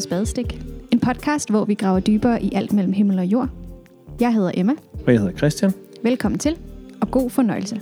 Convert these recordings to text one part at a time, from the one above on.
til Spadestik. En podcast, hvor vi graver dybere i alt mellem himmel og jord. Jeg hedder Emma. Og jeg hedder Christian. Velkommen til, og god fornøjelse.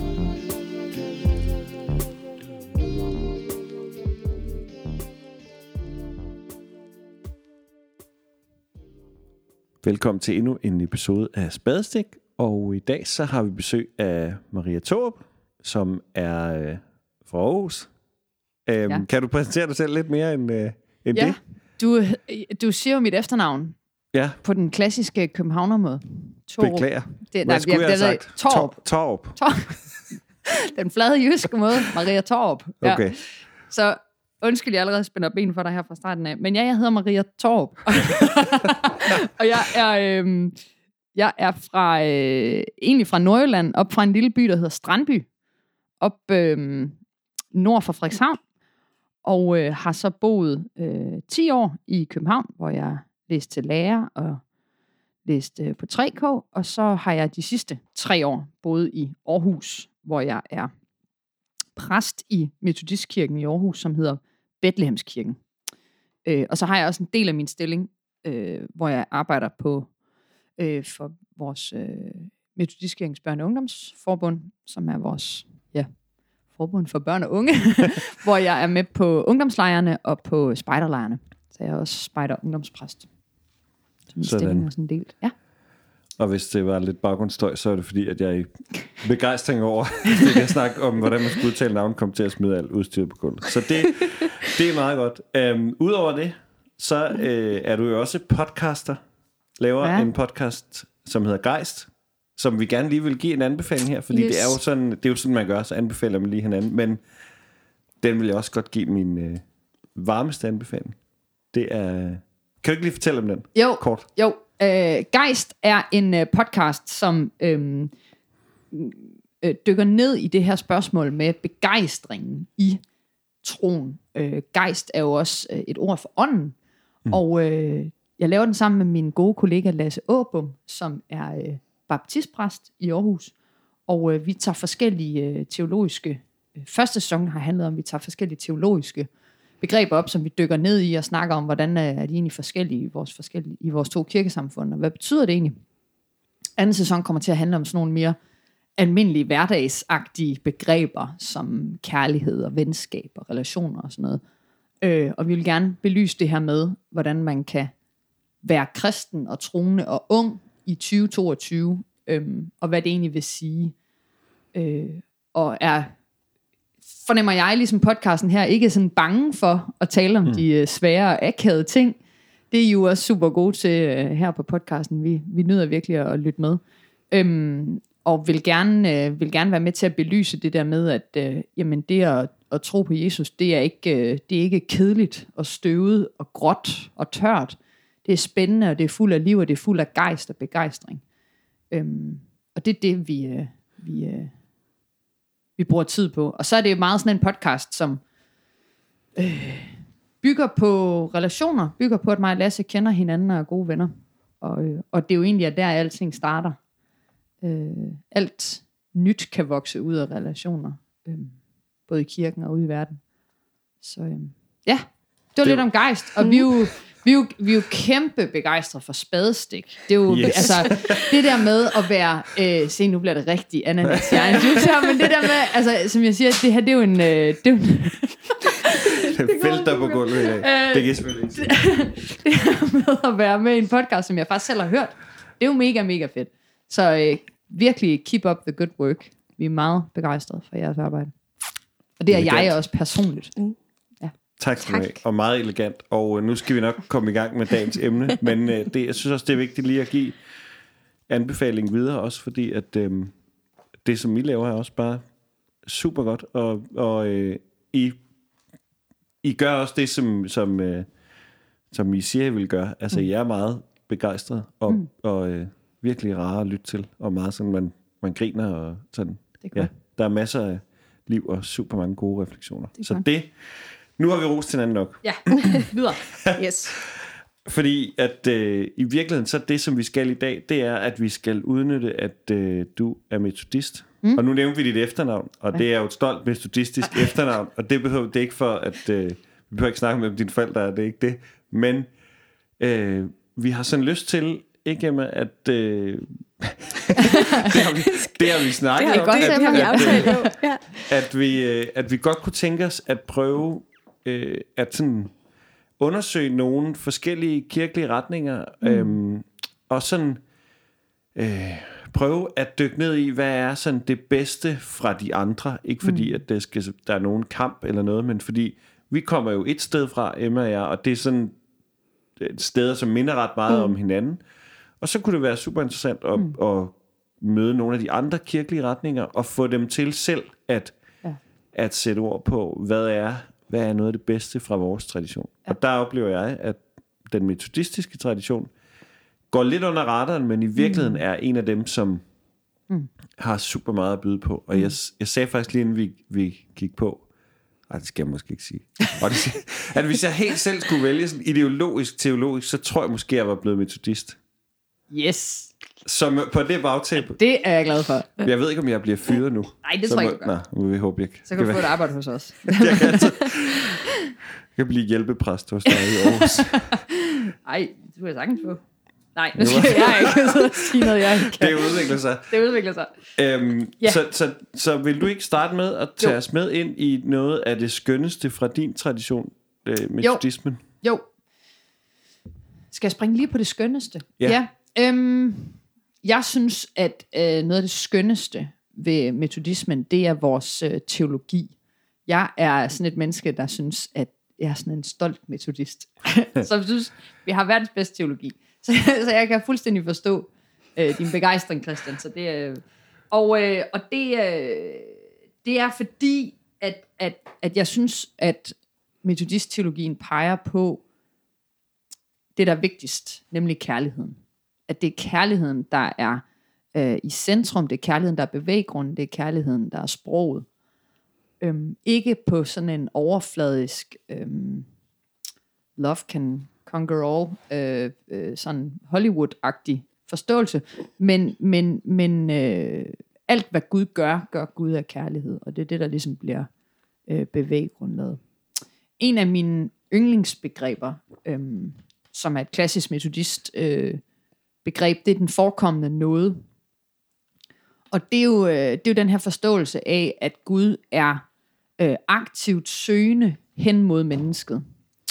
Velkommen til endnu en episode af Spadestik. Og i dag så har vi besøg af Maria Thorup, som er fra Aarhus. Ja. Kan du præsentere dig selv lidt mere end det? Du siger jo mit efternavn på den klassiske københavnermåde. Thorup. Beklager. Hvad skulle jeg have sagt? Thorup. Den flade jyske måde. Maria Thorup. Ja. Okay. Så undskyld, jeg allerede spænder ben for dig her fra starten af. Men jeg hedder Maria Thorup. Og jeg er fra, egentlig fra Nordjylland, op fra en lille by, der hedder Strandby. Op nord for Frederikshavn. Og har så boet 10 år i København, hvor jeg læste til lærer og læste på 3K. Og så har jeg de sidste 3 år boet i Aarhus, hvor jeg er præst i Metodistkirken i Aarhus, som hedder Betlehemskirken. Og så har jeg også en del af min stilling, hvor jeg arbejder på for vores Metodistkirkens børne- og ungdomsforbund, som er vores forbund for børn og unge, hvor jeg er med på ungdomslejrene og på spejderlejrene. Så jeg er også spejder- og ungdomspræst. Så min stilling er sådan delt. Ja. Og hvis det var lidt baggrundsstøj, så er det fordi, at jeg i begejstring over, at jeg snakke om, hvordan man skulle udtale navn, kom til at smide alt udstyret på gulvet. Så det er meget godt. Udover det, så er du jo også podcaster. Laver en podcast, som hedder Geist, som vi gerne lige vil give en anbefaling her, fordi det er jo sådan, man gør, så anbefaler man lige hinanden. Men den vil jeg også godt give min varmeste anbefaling. Det er... Kan du ikke lige fortælle om den? Kort. Jo. Geist er en podcast, som dykker ned i det her spørgsmål med begejstringen i troen. Geist er jo også et ord for ånden. Og jeg laver den sammen med min gode kollega Lasse Åbom, som er baptistpræst i Aarhus. Og vi tager forskellige teologiske... Første sæson har handlet om, at vi tager forskellige teologiske begreber op, som vi dykker ned i og snakker om, hvordan er de egentlig forskellige i vores 2 kirkesamfund, og hvad betyder det egentlig? Anden sæson kommer til at handle om sådan nogle mere almindelige hverdagsagtige begreber, som kærlighed og venskab og relationer og sådan noget. Og vi vil gerne belyse det her med, hvordan man kan være kristen og troende og ung i 2022, og hvad det egentlig vil sige. Og fornemmer jeg ligesom podcasten her, ikke sådan bange for at tale om de svære og akavede ting. Det er I jo også super gode til her på podcasten. Vi nyder virkelig at lytte med. Og vil gerne være med til at belyse det der med, at jamen det at tro på Jesus, det er ikke kedeligt og støvet og gråt og tørt. Det er spændende, og det er fuld af liv, og det er fuld af gejst og begejstring. Og det er det, vi bruger tid på. Og så er det meget sådan en podcast, som bygger på relationer, bygger på, at mig og Lasse kender hinanden og er gode venner. Og det er jo egentlig, der alting starter. Alt nyt kan vokse ud af relationer, både i kirken og ude i verden. Så det var lidt om Geist, og vi er jo kæmpe begejstrede for Spadestik. Det er jo altså det der med at være se nu bliver det rigtig ananas i egen juice her, men det der med altså som jeg siger, det her det er jo en det vælter på gulvet i dag. Det kan selvfølgelig ikke. Det her med at være med i en podcast, som jeg faktisk selv har hørt, det er jo mega, mega fedt. Så virkelig keep up the good work. Vi er meget begejstrede for jeres arbejde. Og det er jeg også personligt. Tak skal du have, og meget elegant. Og nu skal vi nok komme i gang med dagens emne. Men jeg synes også, det er vigtigt lige at give anbefaling videre, også fordi at det, som I laver, er også bare super godt. Og I gør også det, som I siger, I vil gøre. Altså, I er meget begejstrede og virkelig rare at lytte til. Og meget sådan, man griner og sådan. Ja, der er masser af liv og super mange gode refleksioner. Så det... Nu har vi rost til hinanden nok. Ja, videre. Yes. Fordi at i virkeligheden, så det, som vi skal i dag, det er, at vi skal udnytte, at du er metodist. Og nu nævner vi dit efternavn, og det er jo et stolt metodistisk efternavn, og det er ikke for, at vi behøver ikke snakke med dine forældre, det er ikke det. Men vi har sådan lyst til, ikke Emma, at det har vi snakket om, at vi godt kunne tænke os at prøve at sådan undersøge nogle forskellige kirkelige retninger, og sådan prøve at dykke ned i, hvad er sådan det bedste fra de andre. Ikke fordi, at der er nogen kamp eller noget, men fordi vi kommer jo et sted fra, Emma og jeg, og det er sådan steder, som minder ret meget om hinanden. Og så kunne det være super interessant at møde nogle af de andre kirkelige retninger, og få dem til selv at sætte ord på, hvad er noget af det bedste fra vores tradition. Ja. Og der oplever jeg, at den metodistiske tradition går lidt under radaren, men i virkeligheden er en af dem, som har super meget at byde på. Og jeg sagde faktisk lige inden vi gik på, det skal jeg måske ikke sige, at hvis jeg helt selv skulle vælge sådan ideologisk, teologisk, så tror jeg måske, jeg var blevet metodist. Yes. Som på det bagtæppe. Det er jeg glad for. Jeg ved ikke, om jeg bliver fyret nu. Nej, det tror jeg ikke. Nej, må vi håbe ikke. Så kan du få et arbejde hos os. Jeg kan blive hjælpepræst hos dig i Aarhus. Nej, det vil jeg sagtens få. Nej, nu skal jeg ikke sige noget, jeg ikke kan. Det udvikler sig. Så vil du ikke starte med at tage os med ind i noget af det skønneste fra din tradition, metodismen? Jo. Skal jeg springe lige på det skønneste? Ja. Jeg synes, at noget af det skønneste ved metodismen, det er vores teologi. Jeg er sådan et menneske, der synes, at jeg er sådan en stolt metodist. Som synes, vi har verdens bedste teologi. Så jeg kan fuldstændig forstå din begejstring, Christian. Så det, og det er fordi, at jeg synes, at metodistteologien peger på det, der er vigtigst, nemlig kærligheden. At det er kærligheden, der er i centrum, det er kærligheden, der er bevæggrunden, det er kærligheden, der er sproget. Ikke på sådan en overfladisk love can conquer all, sådan Hollywood-agtig forståelse, men alt hvad Gud gør Gud af kærlighed, og det er det, der ligesom bliver bevæggrundlaget. En af mine yndlingsbegreber, som er et klassisk metodist begreb, det er den forekommende nåde. Og det er jo den her forståelse af, at Gud er aktivt søgende hen mod mennesket.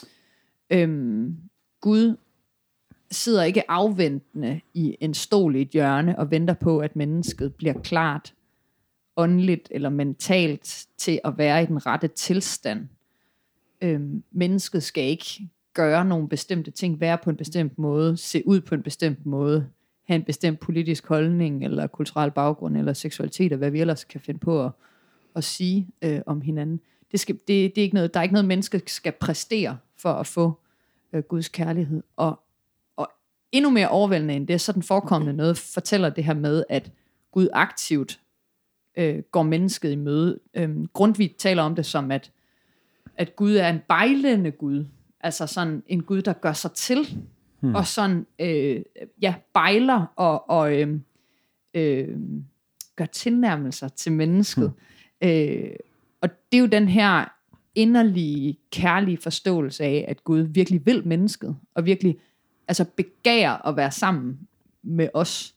Gud sidder ikke afventende i en stol i et hjørne og venter på, at mennesket bliver klart åndeligt eller mentalt til at være i den rette tilstand. Mennesket skal ikke gøre nogle bestemte ting, være på en bestemt måde, se ud på en bestemt måde, have en bestemt politisk holdning, eller kulturel baggrund, eller seksualitet, og hvad vi ellers kan finde på at sige om hinanden. Det er ikke noget, der er ikke noget, mennesket skal præstere for at få Guds kærlighed. Og endnu mere overvældende end det, så den forekommende noget fortæller det her med, at Gud aktivt går mennesket i møde. Grundtvig taler om det som, at Gud er en bejlende Gud, altså sådan en Gud, der gør sig til, og sådan, bejler og gør tilnærmelser til mennesket. Og det er jo den her inderlige, kærlige forståelse af, at Gud virkelig vil mennesket, og virkelig altså begærer at være sammen med os.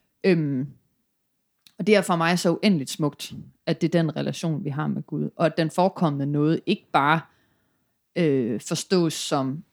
Og det er for mig så uendeligt smukt, at det er den relation, vi har med Gud, og at den forekommende noget ikke bare forstås som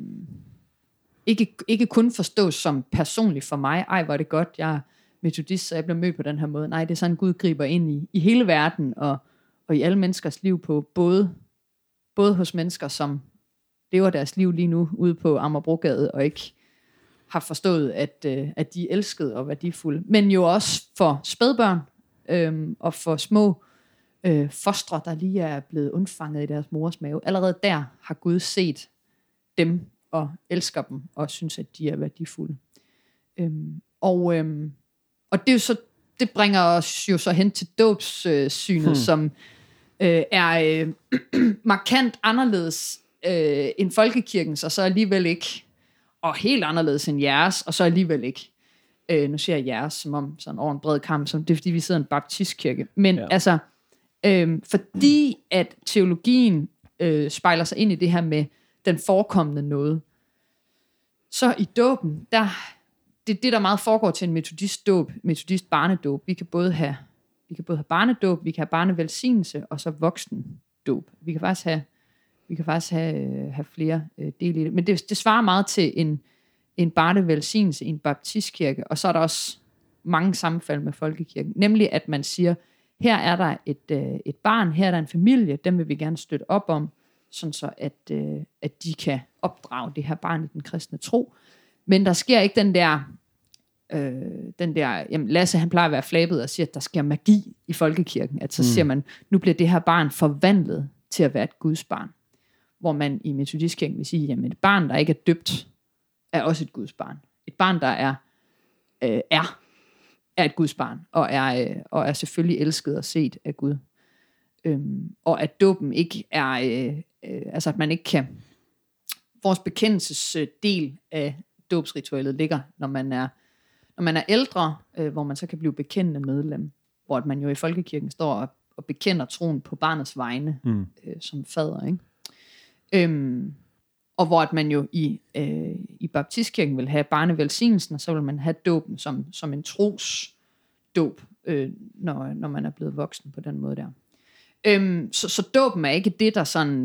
ikke kun forstås som personligt for mig. Ej, hvor er det godt, jeg er metodist, så jeg bliver mødt på den her måde. Nej, det er sådan, Gud griber ind i hele verden og i alle menneskers liv på både hos mennesker, som lever deres liv lige nu ude på Amagerbrogade og ikke har forstået, at de er elskede og værdifulde, men jo også for spædbørn og for små fostre, der lige er blevet undfanget i deres mors mave. Allerede der har Gud set dem og elsker dem og synes, at de er værdifulde. Og det er jo så, det bringer os jo så hen til dåbssynet, som er markant anderledes end folkekirkens, og så alligevel ikke, og helt anderledes end jeres, og så alligevel ikke. Nu siger jeg jeres, som om sådan over en bred kamp, som det er fordi vi sidder i en baptistkirke. Men altså, fordi at teologien spejler sig ind i det her med den forekommende noget, Så i dåben, det der meget foregår til en metodist-dåb, metodist barnedåb. Vi kan både have barnedåb, vi kan have barnevelsignelse, og så voksendåb. Vi kan faktisk have flere dele i det. Men det svarer meget til en barnevelsignelse i en baptistkirke, og så er der også mange sammenfald med folkekirken. Nemlig at man siger, her er der et barn, her er der en familie, dem vil vi gerne støtte op om, sådan så at de kan opdrage det her barn i den kristne tro. Men der sker ikke den der, jamen Lasse han plejer at være flabet og siger, at der sker magi i folkekirken. At så siger man, nu bliver det her barn forvandlet til at være et Guds barn. Hvor man i metodistkirken vil sige, jamen et barn, der ikke er døbt, er også et Guds barn. Et barn, der er et Guds barn, og er selvfølgelig elsket og set af Gud. Og at dåben ikke er, altså at man ikke kan, vores bekendelsesdel af dåbsritualet ligger, når man er ældre, hvor man så kan blive bekendende medlem, hvor at man jo i folkekirken står og bekender troen på barnets vegne, som fader, ikke? Og hvor at man jo i baptistkirken vil have barnevelsignelsen, og så vil man have dåben som en trosdåb, når man er blevet voksen på den måde der. Så dåben er ikke det, der sådan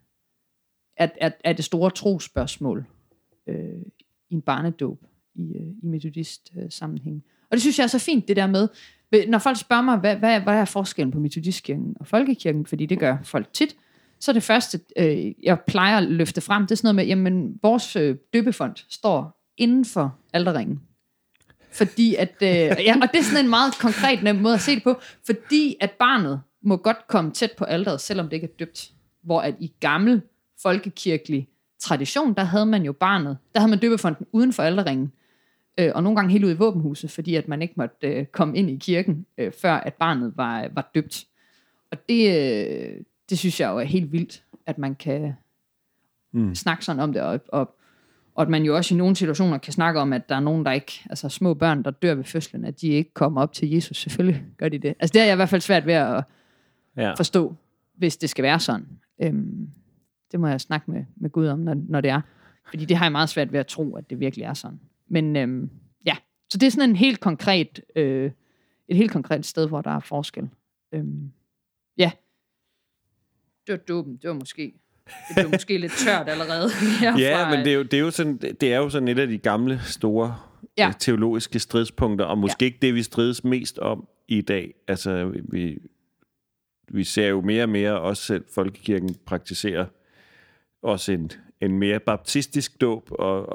er det store trosspørgsmål i en barnedåb i metodist sammenhæng. Og det synes jeg er så fint, det der med, når folk spørger mig, hvad er forskellen på metodistkirken og folkekirken, fordi det gør folk tit, så det første, jeg plejer at løfte frem, det er sådan noget med, jamen vores døbefond står inden for alterringen. Fordi at, ja, og det er sådan en meget konkret nem måde at se det på, fordi at barnet må godt komme tæt på alteret, selvom det ikke er døbt. Hvor at i gammel folkekirkelig tradition, der havde man jo barnet, der havde man døbefonden uden for alterringen, og nogle gange helt ude i våbenhuset, fordi at man ikke måtte komme ind i kirken, før at barnet var døbt. Og det synes jeg jo er helt vildt, at man kan snakke sådan om det, og at man jo også i nogle situationer kan snakke om, at der er nogen, der ikke, altså små børn, der dør ved fødslen, at de ikke kommer op til Jesus. Selvfølgelig gør de det. Altså det er jeg i hvert fald svært ved at forstå, hvis det skal være sådan. Det må jeg snakke med Gud om, når det er. Fordi det har jeg meget svært ved at tro, at det virkelig er sådan. Men ja, så det er sådan en helt konkret, et helt konkret sted, hvor der er forskel. Ja, det var dåben. Det blev måske lidt tørt allerede. Ja, men det er jo sådan et af de gamle store teologiske stridspunkter, og måske ikke det, vi strides mest om i dag. Altså, vi ser jo mere og mere, også selv folkekirken praktiserer også en mere baptistisk dåb,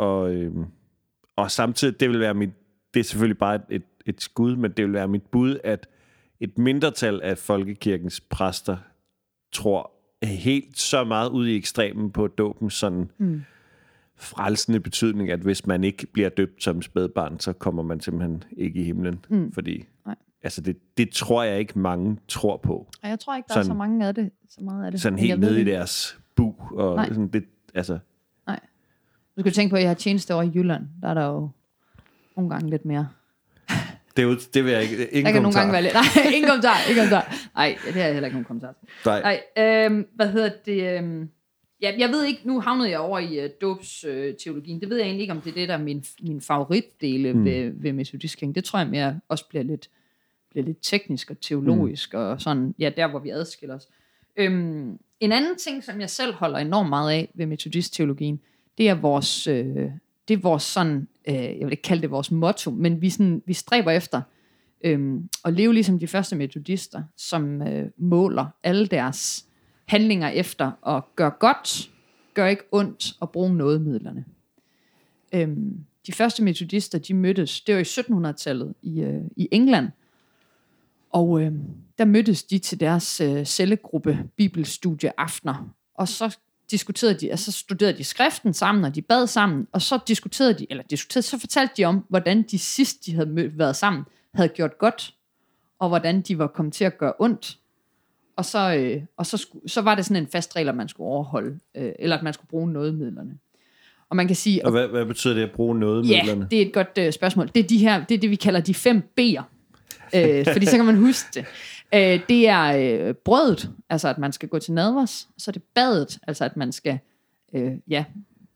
og samtidig, det er selvfølgelig bare et skud, men det vil være mit bud, at et mindretal af folkekirkens præster tror helt så meget ud i ekstremen på dåben, sådan frelsende betydning, at hvis man ikke bliver døbt som spædbarn, så kommer man simpelthen ikke i himlen, fordi altså det tror jeg ikke mange tror på. Og jeg tror ikke, der er så meget af det. Sådan helt nede i deres bu, og sådan det, altså. Nej. Du skal tænke på, at jeg har tjeneste over i Jylland, der er der jo nogle gange lidt mere. Det vil jeg ikke. Ingen kommentar. Nogle gange være lidt. Nej, ingen kommentar. Nej, det har jeg heller ikke nogen kommentar. Nej, hvad hedder det? Jeg ved ikke, nu havnede jeg over i dåbsteologien. Det ved jeg egentlig ikke, om det er det, der er min favoritdele ved metodistkirken. Det tror jeg mere også bliver lidt teknisk og teologisk, og sådan, ja, der hvor vi adskiller os. En anden ting, som jeg selv holder enormt meget af ved metodistteologien, det er vores sådan, jeg vil ikke kalde det vores motto, men vi stræber efter at leve ligesom de første metodister, som måler alle deres handlinger efter at gøre godt, gøre ikke ondt og bruge nådemidlerne. De første metodister, de mødtes, det var i 1700-tallet i England, og der mødtes de til deres cellegruppe bibelstudieaftener, og så studerede de skriften sammen, og de bad sammen, og så så fortalte de om, hvordan de sidst, de havde været sammen, havde gjort godt, og hvordan de var kommet til at gøre ondt. Og så var det sådan en fast regel, at man skulle overholde, eller at man skulle bruge nådemidlerne. Og man kan sige... Og hvad betyder det at bruge nådemidlerne? Ja, det er et godt spørgsmål. Det er det vi kalder de 5 B'er. Fordi så kan man huske det. Det er brødet, altså at man skal gå til nadvers. Så er det badet, altså at man skal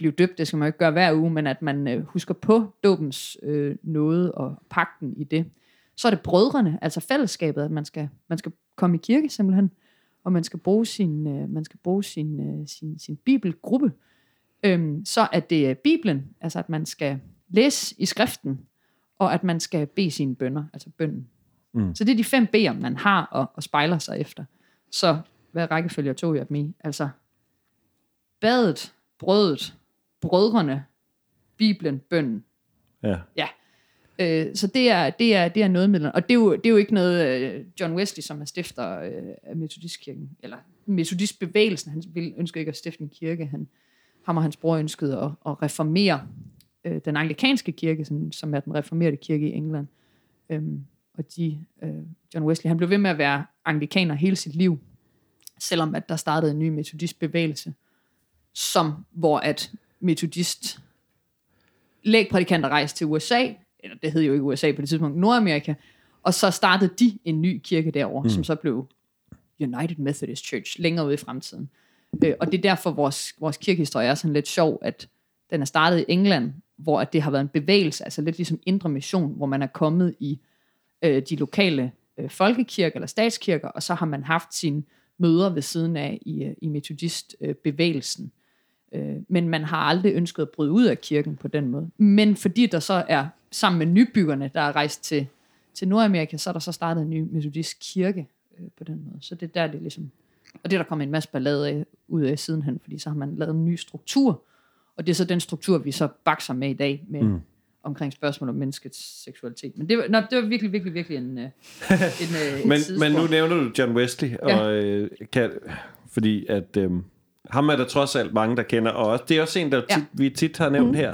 blive døbt, det skal man jo ikke gøre hver uge, men at man husker på dåbens nåde og pagten i det. Så er det brødrene, altså fællesskabet, at man skal komme i kirke simpelthen, og man skal bruge sin bibelgruppe. Så er det Bibelen, altså at man skal læse i skriften, og at man skal bede sine bønner, altså bønnen. Så det er de 5 beder, man har og spejler sig efter. Så hvad rækkefølger tog jeg dem i? Altså badet, brødet, brødrene, Bibelen, bønnen. Ja. Så det er noget med, og det er jo ikke noget John Wesley, som er stifter af Metodistkirken, eller Metodistbevægelsen, han ønskede ikke at stifte en kirke, ham og hans bror ønskede at reformere den anglikanske kirke, som er den reformerede kirke i England. Og John Wesley, han blev ved med at være anglikaner hele sit liv, selvom at der startede en ny metodistbevægelse, hvor at metodist lægprædikanter rejste til USA, eller det hed jo ikke USA på det tidspunkt, Nordamerika, og så startede de en ny kirke derovre, som så blev United Methodist Church længere ude i fremtiden. Og det er derfor vores kirkehistorie er sådan lidt sjov, at den er startet i England, hvor at det har været en bevægelse, altså lidt ligesom Indre Mission, hvor man er kommet i de lokale folkekirker eller statskirker, og så har man haft sine møder ved siden af i metodistbevægelsen. Men man har aldrig ønsket at bryde ud af kirken på den måde. Men fordi der så er sammen med nybyggerne, der er rejst til Nordamerika, så er der så startet en ny metodistkirke på den måde. Så det er der, det ligesom. Og det er der kommet en masse ballade ud af sidenhen, fordi så har man lavet en ny struktur, og det er så den struktur, vi så bakser med i dag, med omkring spørgsmål om menneskets seksualitet. Men det var virkelig, virkelig, virkelig en men nu nævner du John Wesley, og fordi at ham er der trods alt mange, der kender, og det er også en, der vi tit har nævnt her.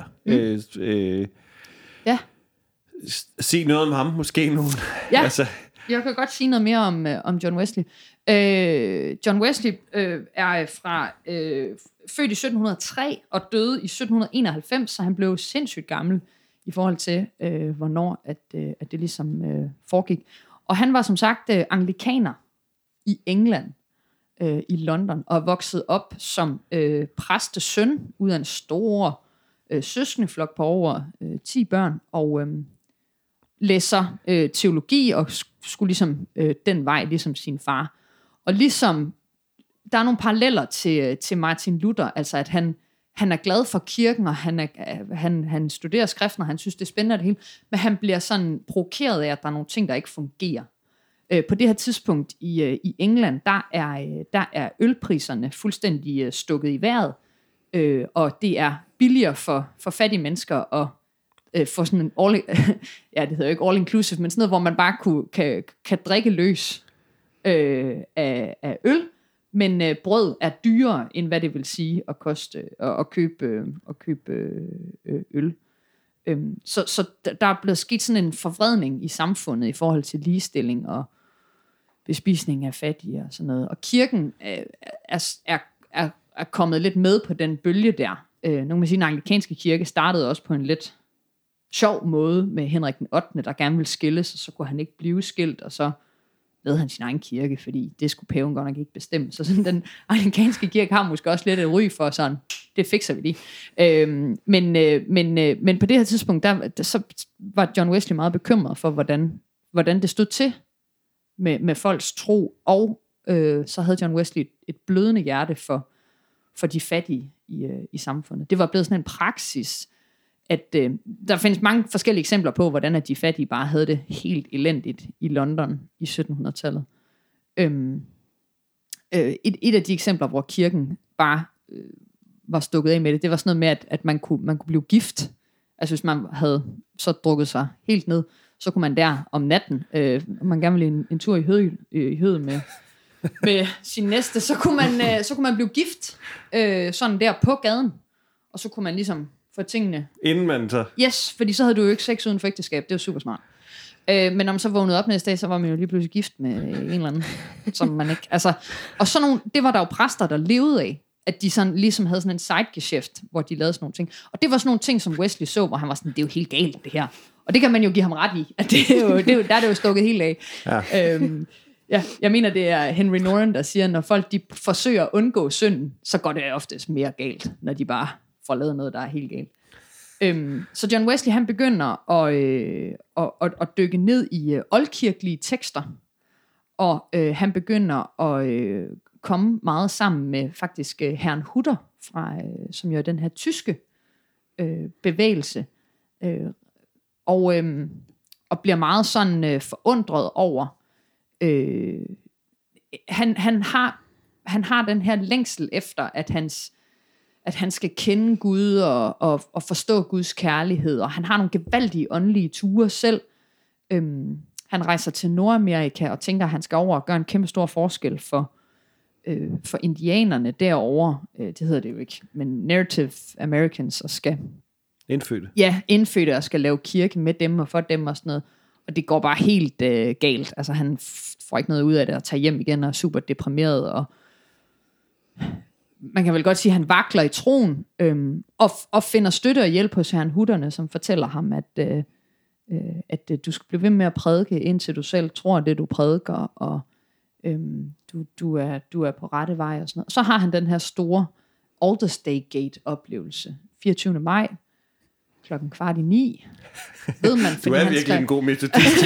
Sig noget om ham, måske nogen. Ja, altså. Jeg kan godt sige noget mere om John Wesley. John Wesley er født i 1703 og døde i 1791, så han blev sindssygt gammel i forhold til, hvornår at det ligesom foregik. Og han var som sagt anglikaner i England, i London, og er vokset op som præstesøn ud af en stor søskendeflok på over 10 børn, og læser teologi og skulle ligesom den vej, ligesom sin far. Og ligesom, der er nogle paralleller til Martin Luther, altså at han er glad for kirken, og han studerer skriften, og han synes, det er spændende det hele, men han bliver sådan provokeret af, at der er nogle ting, der ikke fungerer. På det her tidspunkt i England, der er ølpriserne fuldstændig stukket i vejret, og det er billigere for fattige mennesker at få sådan en det hedder jo ikke all inclusive, men sådan noget, hvor man bare kan drikke løs af øl, men brød er dyrere, end hvad det vil sige at koste at købe øl. Så der er blevet sket sådan en forvredning i samfundet i forhold til ligestilling og bespisning af fattige og sådan noget. Og kirken er kommet lidt med på den bølge der. Nu kan man sige, at den anglikanske kirke startede også på en lidt sjov måde med Henrik den 8., der gerne ville skilles, og så kunne han ikke blive skilt, og så lavede han sin egen kirke, fordi det skulle paven godt nok ikke bestemme. Så sådan, den anglikanske kirke har måske også lidt et ry for sådan, det fikser vi lige. Men på det her tidspunkt, så var John Wesley meget bekymret for, hvordan det stod til med folks tro, og så havde John Wesley et blødende hjerte for de fattige i samfundet. Det var blevet sådan en praksis, at der findes mange forskellige eksempler på, hvordan at de fattige bare havde det helt elendigt i London i 1700-tallet. Et af de eksempler, hvor kirken bare var stukket af med det var sådan noget med, at man kunne blive gift. Altså hvis man havde så drukket sig helt ned, så kunne man der om natten, man gerne ville en tur i høet med sin næste, så kunne man blive gift sådan der på gaden, og så kunne man ligesom for tingene. Inden man så. Yes, fordi så havde du jo ikke sex uden for ægteskab. Det var super smart. Men når man så vågnede op næste dag, så var man jo lige pludselig gift med en eller anden, som man ikke. Altså, og sådan nogle, det var der jo præster, der levede af, at de sådan, ligesom havde sådan en sidegeschæft, hvor de lavede sådan nogle ting. Og det var sådan nogle ting, som Wesley så, hvor han var sådan, det er jo helt galt det her. Og det kan man jo give ham ret i, at der er det jo stukket helt af. Ja. Jeg mener, det er Henry Noren, der siger, når folk de forsøger at undgå synden, så går det oftest mere galt, når de bare får lavet noget, der er helt galt. Så John Wesley, han begynder at dykke ned i oldkirkelige tekster, og han begynder at komme meget sammen med faktisk Herrnhuter, som jo er den her tyske bevægelse, og bliver meget sådan forundret over, han har den her længsel efter, at han skal kende Gud og forstå Guds kærlighed, og han har nogle gevaldige åndelige ture selv. Han rejser til Nordamerika og tænker, at han skal over og gøre en kæmpe stor forskel for indianerne derovre. Det hedder det jo ikke, men Native Americans, og skal indfødte og skal lave kirke med dem og for dem og sådan noget. Og det går bare helt galt. Altså han får ikke noget ud af det og tager hjem igen og er super deprimeret, og man kan vel godt sige, at han vakler i troen, og finder støtte og hjælp hos Herrnhuterne, som fortæller ham, at du skal blive ved med at prædike, indtil du selv tror det, du prædiker, og du er på rette vej og sådan noget. Så har han den her store Aldersday Gate oplevelse, 24. maj, 8:15. Ved man, du er virkelig en god metodist.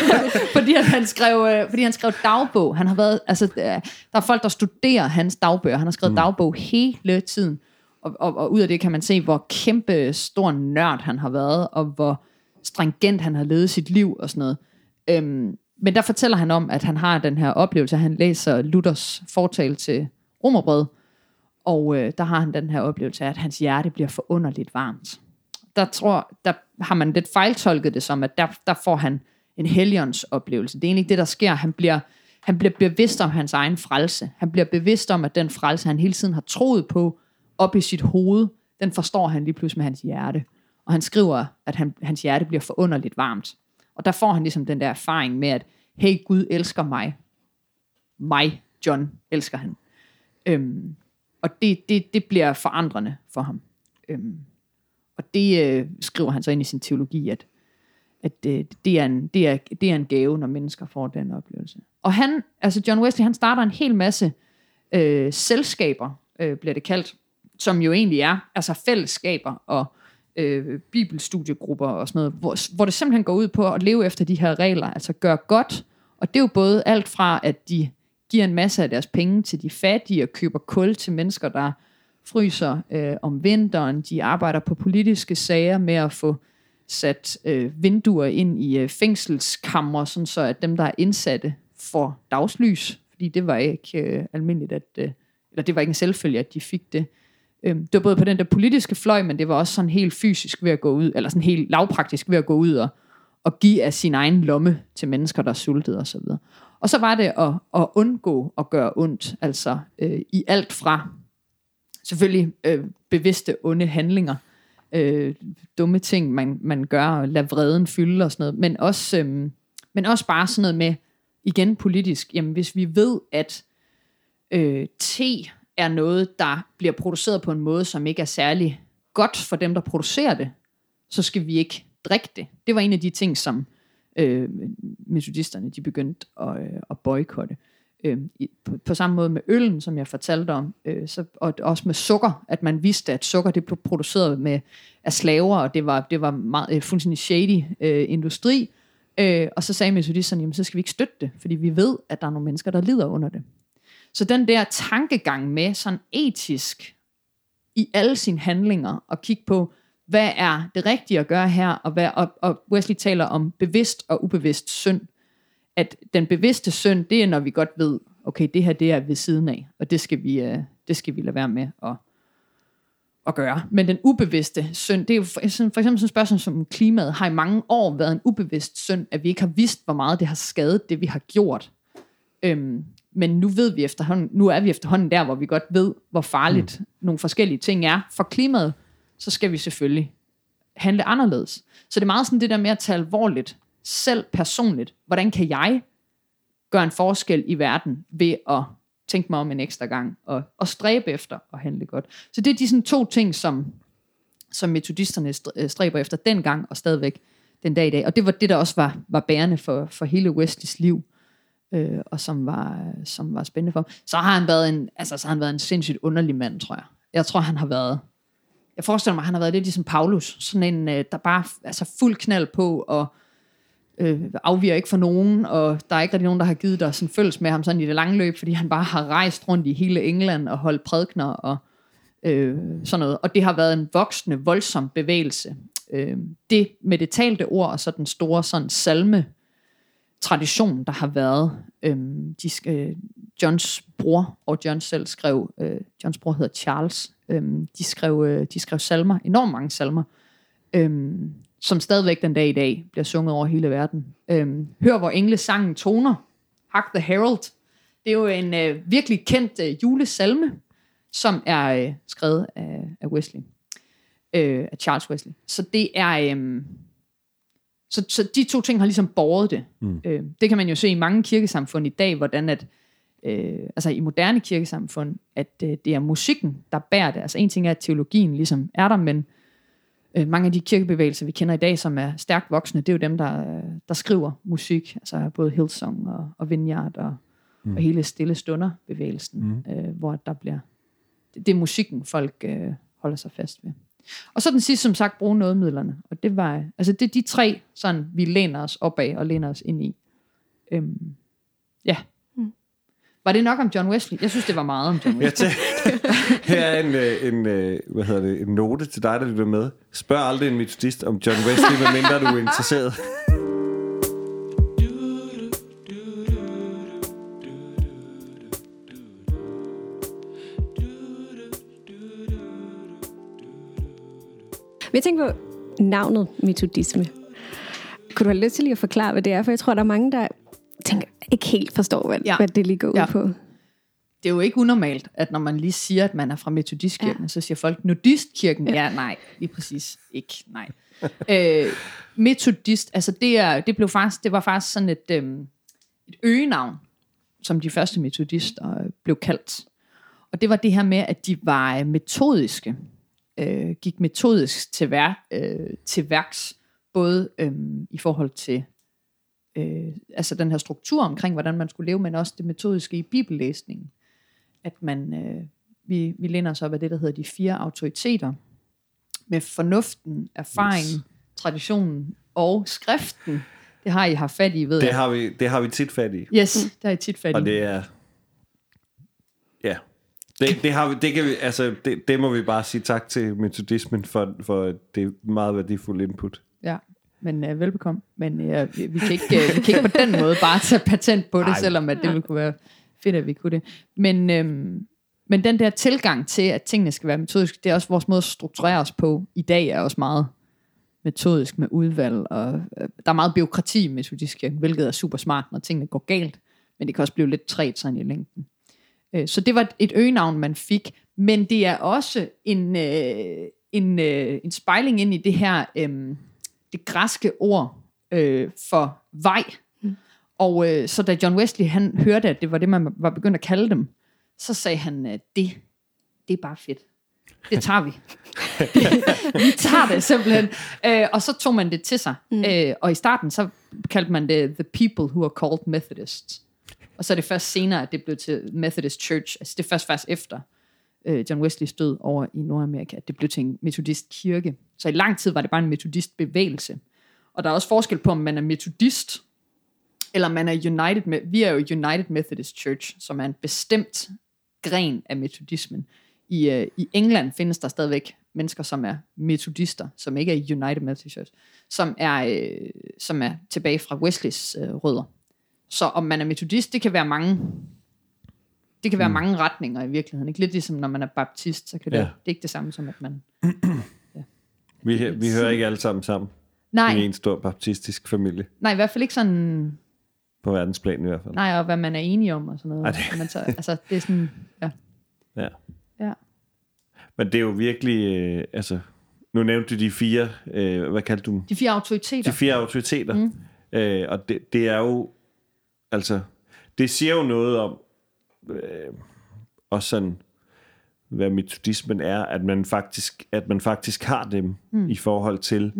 fordi han skrev dagbog. Han har været, altså, der er folk, der studerer hans dagbøger. Han har skrevet dagbog hele tiden. Og ud af det kan man se, hvor kæmpe stor nørd han har været, og hvor stringent han har levet sit liv og sådan noget. Men der fortæller han om, at han har den her oplevelse. Han læser Luthers fortale til Romerbrevet, og der har han den her oplevelse af, at hans hjerte bliver forunderligt varmt. Der har man lidt fejltolket det som, at der får han en helligåndsoplevelse. Det er egentlig det, der sker. Han bliver bevidst om hans egen frelse. Han bliver bevidst om, at den frelse, han hele tiden har troet på, op i sit hoved, den forstår han lige pludselig med hans hjerte. Og han skriver, at hans hjerte bliver forunderligt varmt. Og der får han ligesom den der erfaring med, at hey, Gud elsker mig. Mig, John, elsker han. Og det bliver forandrende for ham. Og det skriver han så ind i sin teologi, at det er en gave, når mennesker får den oplevelse. Og John Wesley, han starter en hel masse selskaber, bliver det kaldt, som jo egentlig er altså fællesskaber og bibelstudiegrupper og sådan noget, hvor det simpelthen går ud på at leve efter de her regler, altså gøre godt. Og det er jo både alt fra, at de giver en masse af deres penge til de fattige og køber kul til mennesker, der fryser om vinteren. De arbejder på politiske sager med at få sat vinduer ind i fængselskammer, sådan så at dem, der er indsatte, får dagslys. Fordi det var ikke almindeligt, eller det var ikke en selvfølge, at de fik det. Det var både på den der politiske fløj, men det var også sådan helt fysisk ved at gå ud, eller sådan helt lavpraktisk ved at gå ud og give af sin egen lomme til mennesker, der sultede og så videre. Og så var det at undgå at gøre ondt, altså i alt fra selvfølgelig bevidste onde handlinger, dumme ting, man gør, og lade vreden fylde og sådan noget, men også bare sådan noget med, igen politisk, jamen hvis vi ved, at te er noget, der bliver produceret på en måde, som ikke er særlig godt for dem, der producerer det, så skal vi ikke drikke det. Det var en af de ting, som metodisterne de begyndte at boykotte. På samme måde med øllen, som jeg fortalte om, og også med sukker, at man vidste, at sukker det blev produceret af slaver, og det var meget fuldstændig shady industri. Og så sagde metodisterne, jamen så skal vi ikke støtte det, fordi vi ved, at der er nogle mennesker, der lider under det. Så den der tankegang med sådan etisk i alle sine handlinger og kigge på, hvad er det rigtige at gøre her, og Wesley taler om bevidst og ubevidst synd. At den bevidste synd, det er når vi godt ved, okay, det her det er ved siden af, og det skal vi lade være med at gøre. Men den ubevidste synd, det er jo for eksempel sådan et spørgsmål som klimaet, har i mange år været en ubevidst synd, at vi ikke har vidst, hvor meget det har skadet, det vi har gjort. Men nu er vi efterhånden der, hvor vi godt ved, hvor farligt nogle forskellige ting er for klimaet, så skal vi selvfølgelig handle anderledes. Så det er meget sådan det der med at tage alvorligt, selv personligt, hvordan kan jeg gøre en forskel i verden ved at tænke mig om en ekstra gang og stræbe efter at handle godt. Så det er de sådan 2 ting, som metodisterne stræber efter dengang og stadigvæk den dag i dag. Og det var det, der også var bærende for hele Wesleys liv, og som var spændende for ham. Så har han været en sindssygt underlig mand, tror jeg. Jeg tror, han har været jeg forestiller mig, at han har været lidt ligesom Paulus, sådan en, der bare altså fuld knald på, og afviger ikke for nogen, og der er ikke rigtig nogen, der har givet dig sådan følges med ham sådan i det lange løb, fordi han bare har rejst rundt i hele England og holdt prædikener og sådan noget. Og det har været en voksende, voldsom bevægelse. Det med det talte ord, og så den store sådan salme tradition, der har været. Johns bror, og John selv skrev, Johns bror hedder Charles, de skrev salmer, enormt mange salmer, som stadigvæk den dag i dag bliver sunget over hele verden. Hør hvor engle sangen toner, Hark the Herald. Det er jo en virkelig kendt julesalme, som er skrevet af Wesley, af Charles Wesley. Så det er så de to ting har ligesom båret det. Det kan man jo se i mange kirkesamfund i dag, hvordan at altså i moderne kirkesamfund, at det er musikken, der bærer det. Altså en ting er, at teologien ligesom er der, men mange af de kirkebevægelser, vi kender i dag, som er stærkt voksne, det er jo dem, der skriver musik, altså både Hillsong og Vineyard og hele Stille Stunder-bevægelsen, hvor der bliver, det er musikken, folk holder sig fast ved. Og så den sidste, som sagt, bruge nådemidlerne, og det var, altså det er de tre, sådan vi læner os op af og læner os ind i. Ja. Var det nok om John Wesley? Jeg synes, det var meget om John Wesley. Her er en note til dig, der lytter med. Spørg aldrig en metodist om John Wesley, medmindre du er interesseret. Jeg tænker på navnet metodisme. Kunne du have lyst til lige at forklare, hvad det er? For jeg tror, der er mange, der tænker, ikke helt forstår, hvad det lige går ud på. Det er jo ikke unormalt, at når man lige siger, at man er fra metodistkirken, så siger folk, nudistkirken, nej, lige præcis ikke, nej. Metodist, altså det var faktisk sådan et øgenavn, som de første metodister blev kaldt. Og det var det her med, at de var metodiske, gik metodisk til værks, både i forhold til altså den her struktur omkring, hvordan man skulle leve, men også det metodiske i bibellæsningen. At man, vi læner os op af det, der hedder de 4 autoriteter, med fornuften, erfaringen, traditionen og skriften. Det har I haft fat i, ved jeg. Det har vi tit fat i. Yes, det har I tit fat i. Og det er, ja, det må vi bare sige tak til metodismen for det meget værdifulde input. Ja. Men velbekomme. Men vi kan ikke på den måde bare tage patent på det, selvom at det ville kunne være fedt, at vi kunne det. Men den der tilgang til, at tingene skal være metodiske, det er også vores måde at strukturere os på. I dag er også meget metodisk med udvalg, og der er meget bureaukrati i metodisk, hvilket er super smart, når tingene går galt. Men det kan også blive lidt træt sådan i længden. Så det var et øgenavn, man fik. Men det er også en spejling ind i det her det græske ord for vej. Og så da John Wesley han hørte, at det var det, man var begyndt at kalde dem, så sagde han, det er bare fedt. Det tager vi. Vi tager det simpelthen. Og så tog man det til sig. Og i starten, så kaldte man det The People Who Are Called Methodists. Og så er det først senere, at det blev til Methodist Church. Altså det er først efter John Wesleys død over i Nordamerika, at det blev til en metodistkirke. Så i lang tid var det bare en metodistbevægelse. Og der er også forskel på, om man er metodist, eller man er United med. Vi er jo United Methodist Church, som er en bestemt gren af metodismen. I England findes der stadigvæk mennesker, som er metodister, som ikke er United Methodist Church, som er tilbage fra Wesleys rødder. Så om man er metodist, det kan være mange. Det kan være mange retninger i virkeligheden. Ikke lidt ligesom når man er baptist, så kan det er ikke det samme som at man. Ja. Vi hører ikke alle sammen. Nej. I en stor baptistisk familie. Nej, i hvert fald ikke sådan. På verdensplan i hvert fald. Nej, og hvad man er enige om og sådan noget. Altså det er sådan. Ja. Men det er jo virkelig nu nævnte du de 4 hvad kaldte du dem? De 4 autoriteter. De 4 autoriteter. Og det er jo altså det siger jo noget om også sådan hvad metodismen er, at man faktisk har dem i forhold til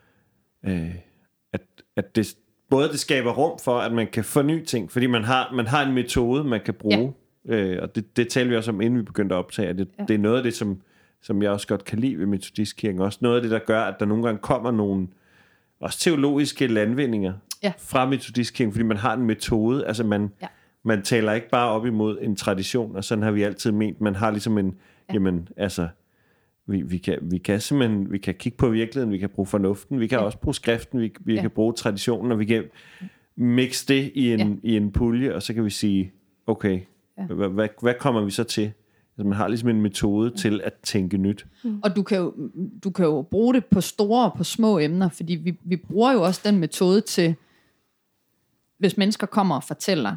at det både det skaber rum for at man kan forny ting, fordi man har en metode man kan bruge, og det talte vi også om inden vi begyndte at optage, at det er noget af det som som jeg også godt kan lide ved Metodistkirken. Også noget af det, der gør, at der nogle gange kommer nogle også teologiske landvindinger fra Metodistkirken, fordi man har en metode. Altså man taler ikke bare op imod en tradition, og sådan har vi altid ment. Man har ligesom en, jamen altså, vi kan simpelthen, vi kan kigge på virkeligheden, vi kan bruge fornuften, vi kan også bruge skriften, vi kan bruge traditionen, og vi kan mixe det i en pulje, og så kan vi sige, okay, hvad kommer vi så til? Altså, man har ligesom en metode til at tænke nyt. Og du kan jo bruge det på store og på små emner, fordi vi bruger jo også den metode til, hvis mennesker kommer og fortæller,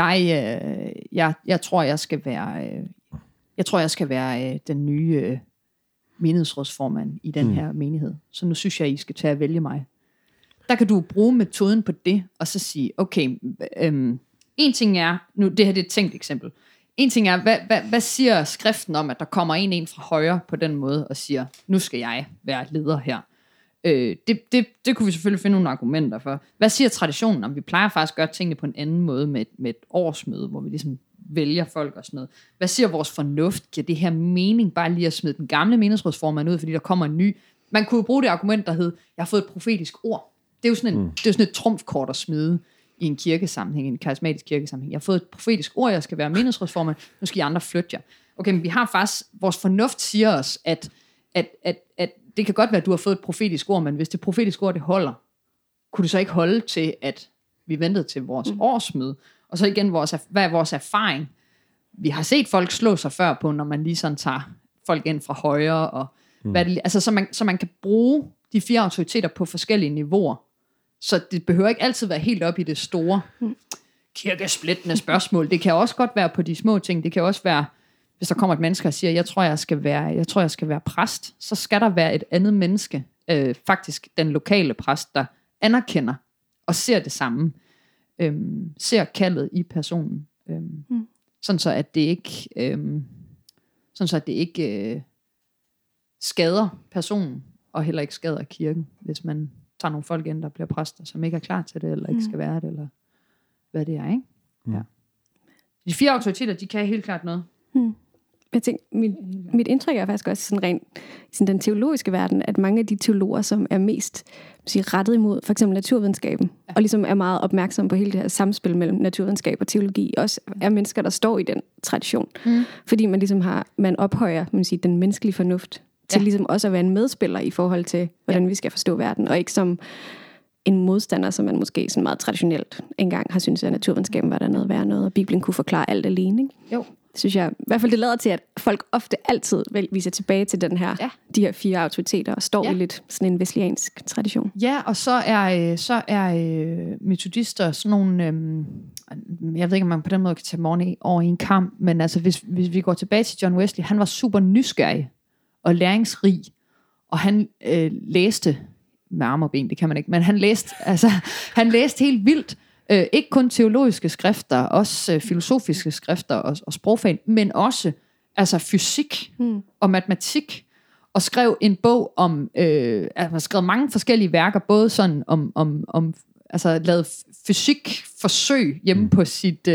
jeg tror, jeg skal være den nye menighedsrådsformand i den her menighed. Så nu synes jeg, I skal tage at vælge mig. Der kan du bruge metoden på det, og så sige, okay, en ting er, nu det her det er et tænkt eksempel, en ting er, hvad siger skriften om, at der kommer en fra højre på den måde, og siger, nu skal jeg være leder her. Det kunne vi selvfølgelig finde nogle argumenter for. Hvad siger traditionen om? Vi plejer faktisk at gøre tingene på en anden måde med et årsmøde, hvor vi ligesom vælger folk og sådan noget. Hvad siger vores fornuft? Giver det her mening bare lige at smide den gamle menighedsrådsformand ud, fordi der kommer en ny? Man kunne jo bruge det argument, der hed, jeg har fået et profetisk ord. Det er jo sådan et trumfkort at smide i en kirkesammenhæng, en karismatisk kirkesammenhæng. Jeg har fået et profetisk ord, jeg skal være menighedsrådsformand, nu skal I andre flytte jer. Okay, men vi har faktisk, vores fornuft siger os, at det kan godt være, at du har fået et profetisk ord, men hvis det profetiske ord det holder, kunne det så ikke holde til, at vi ventede til vores årsmøde? Og så igen, hvad er vores erfaring? Vi har set folk slå sig før på, når man lige sådan tager folk ind fra højre, og hvad det, altså, så man kan bruge de 4 autoriteter på forskellige niveauer. Så det behøver ikke altid være helt op i det store kirkesplittende spørgsmål. Det kan også godt være på de små ting. Det kan også være, hvis der kommer et menneske og siger, jeg tror, jeg skal være præst, så skal der være et andet menneske, faktisk den lokale præst, der anerkender og ser det samme. Ser kaldet i personen. Sådan så, at det ikke skader personen, og heller ikke skader kirken, hvis man tager nogle folk ind, der bliver præster, som ikke er klar til det, eller ikke skal være det, eller hvad det er, ikke? Ja. De 4 autoriteter, de kan helt klart noget. Jeg tænker, mit indtryk er faktisk også sådan rent sådan den teologiske verden, at mange af de teologer, som er mest rettet imod for eksempel naturvidenskaben, og ligesom er meget opmærksomme på hele det her samspil mellem naturvidenskab og teologi, også er mennesker, der står i den tradition. Fordi man ligesom man ophøjer den menneskelige fornuft til ligesom også at være en medspiller i forhold til, hvordan vi skal forstå verden, og ikke som en modstander, som man måske sådan meget traditionelt engang har syntes, at naturvidenskaben var der noget værd noget, og Bibelen kunne forklare alt alene, ikke? Jo. Synes jeg, i hvert fald det lader til, at folk ofte altid viser tilbage til de her 4 autoriteter, og står i lidt sådan en wesleyansk tradition. Ja, og så er metodister sådan nogle, jeg ved ikke, om man på den måde kan tage morgen over i en kamp, men altså hvis vi går tilbage til John Wesley, han var super nysgerrig og læringsrig, og han læste med arme og ben, det kan man ikke, men han læste helt vildt. Ikke kun teologiske skrifter, også filosofiske skrifter og sprogfag, men også altså fysik og matematik, og skrev en bog om, altså skrev mange forskellige værker, både sådan om altså lavet fysikforsøg hjemme på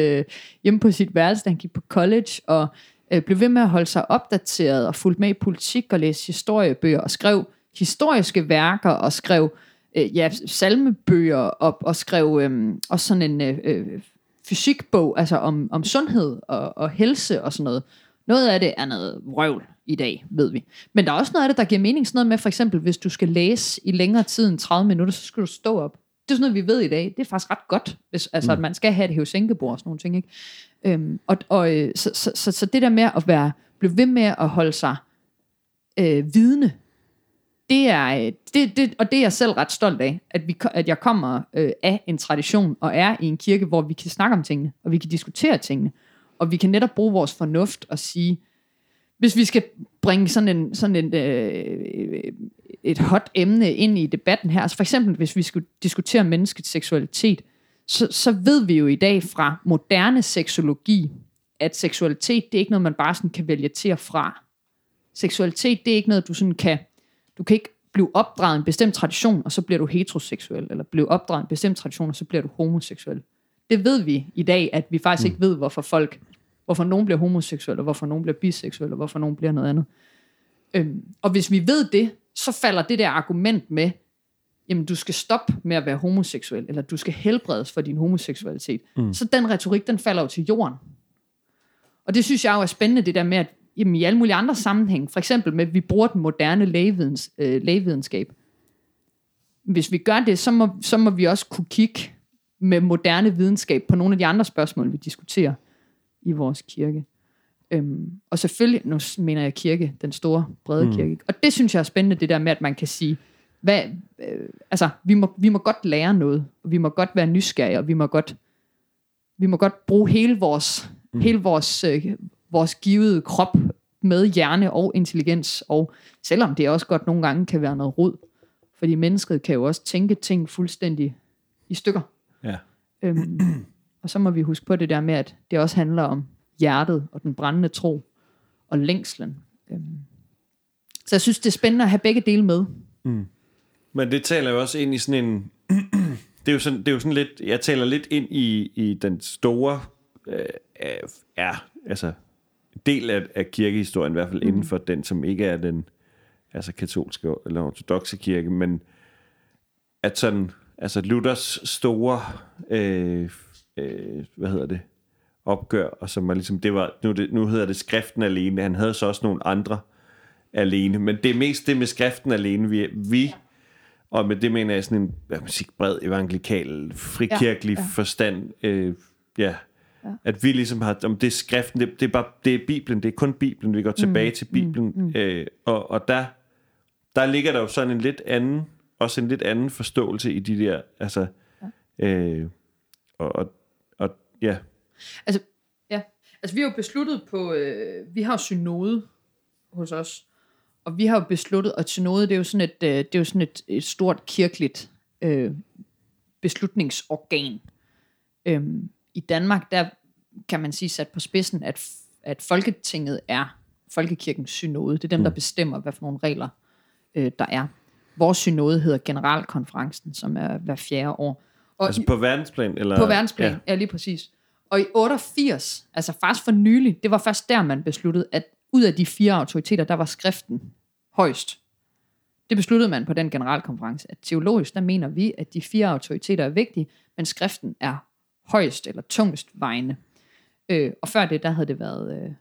sit værelse, da han gik på college, og blev ved med at holde sig opdateret og fulgte med i politik og læste historiebøger og skrev historiske værker og skrev salmebøger og skrev også sådan en fysikbog, altså om sundhed og helse og sådan noget. Noget af det er noget vrøvl i dag, ved vi. Men der er også noget af det, der giver mening. Sådan noget med, for eksempel, hvis du skal læse i længere tid end 30 minutter, så skal du stå op. Det er sådan noget, vi ved i dag. Det er faktisk ret godt, hvis, altså, at man skal have det hævesænkebord og sådan nogle ting, ikke? Så det der med at blive ved med at holde sig vidne, det er jeg selv ret stolt af, at jeg kommer af en tradition og er i en kirke, hvor vi kan snakke om tingene, og vi kan diskutere tingene, og vi kan netop bruge vores fornuft og sige, hvis vi skal bringe et hot emne ind i debatten her, altså for eksempel hvis vi skulle diskutere menneskets seksualitet, så ved vi jo i dag fra moderne seksologi, at seksualitet, det er ikke noget, man bare sådan kan vælge til og fra. Seksualitet, det er ikke noget, du kan ikke blive opdraget i en bestemt tradition, og så bliver du heteroseksuel, eller blive opdraget i en bestemt tradition, og så bliver du homoseksuel. Det ved vi i dag, at vi faktisk ikke ved, hvorfor nogen bliver homoseksuelle, og hvorfor nogen bliver biseksuelle, og hvorfor nogen bliver noget andet. Og hvis vi ved det, så falder det der argument med, jamen du skal stoppe med at være homoseksuel, eller du skal helbredes for din homoseksualitet. Så den retorik, den falder jo til jorden. Og det synes jeg jo er spændende, det der med, at jamen, i alle mulige andre sammenhæng, for eksempel med, at vi bruger den moderne lægevidenskab. Hvis vi gør det, så må vi også kunne kigge med moderne videnskab på nogle af de andre spørgsmål, vi diskuterer i vores kirke. Og selvfølgelig, nu mener jeg kirke, den store, brede kirke. Og det synes jeg er spændende, det der med, at man kan sige, vi må godt lære noget, og vi må godt være nysgerrige, og vi må godt bruge hele vores givede krop med hjerne og intelligens, og selvom det også godt nogle gange kan være noget rod, fordi mennesket kan jo også tænke ting fuldstændig i stykker. Ja. Og så må vi huske på det der med, at det også handler om hjertet og den brændende tro og længslen. Så jeg synes, det er spændende at have begge dele med. Men det taler jo også ind i sådan en... det er jo sådan lidt... Jeg taler lidt ind i den store... del af kirkehistorien, i hvert fald inden for den, som ikke er den katolske eller ortodokse kirke, men at sådan... Luthers store... opgør, og som var ligesom, nu hedder det skriften alene. Han havde så også nogle andre alene, men det er mest det med skriften alene, vi og med det mener jeg sådan en bred evangelikal, frikirkelig forstand, at vi ligesom har, om det er skriften, det er Bibelen, det er kun Bibelen, vi går tilbage til Bibelen, og der ligger der jo sådan en lidt anden forståelse i de der, Altså vi har jo besluttet på, vi har synode hos os, og vi har jo besluttet, at synode, det er jo sådan et stort kirkeligt beslutningsorgan. I Danmark, der kan man sige sat på spidsen, at Folketinget er folkekirkens synode. Det er dem, der bestemmer, hvad for nogle regler der er. Vores synode hedder Generalkonferencen, som er hver 4. år. Og på verdensplan? Eller? På verdensplan, ja lige præcis. Og i 88, altså faktisk for nylig, det var først der, man besluttede, at ud af de 4 autoriteter, der var skriften højst. Det besluttede man på den generalkonference, at teologisk, der mener vi, at de 4 autoriteter er vigtige, men skriften er højst eller tungest vejende. Og før det, der havde det været...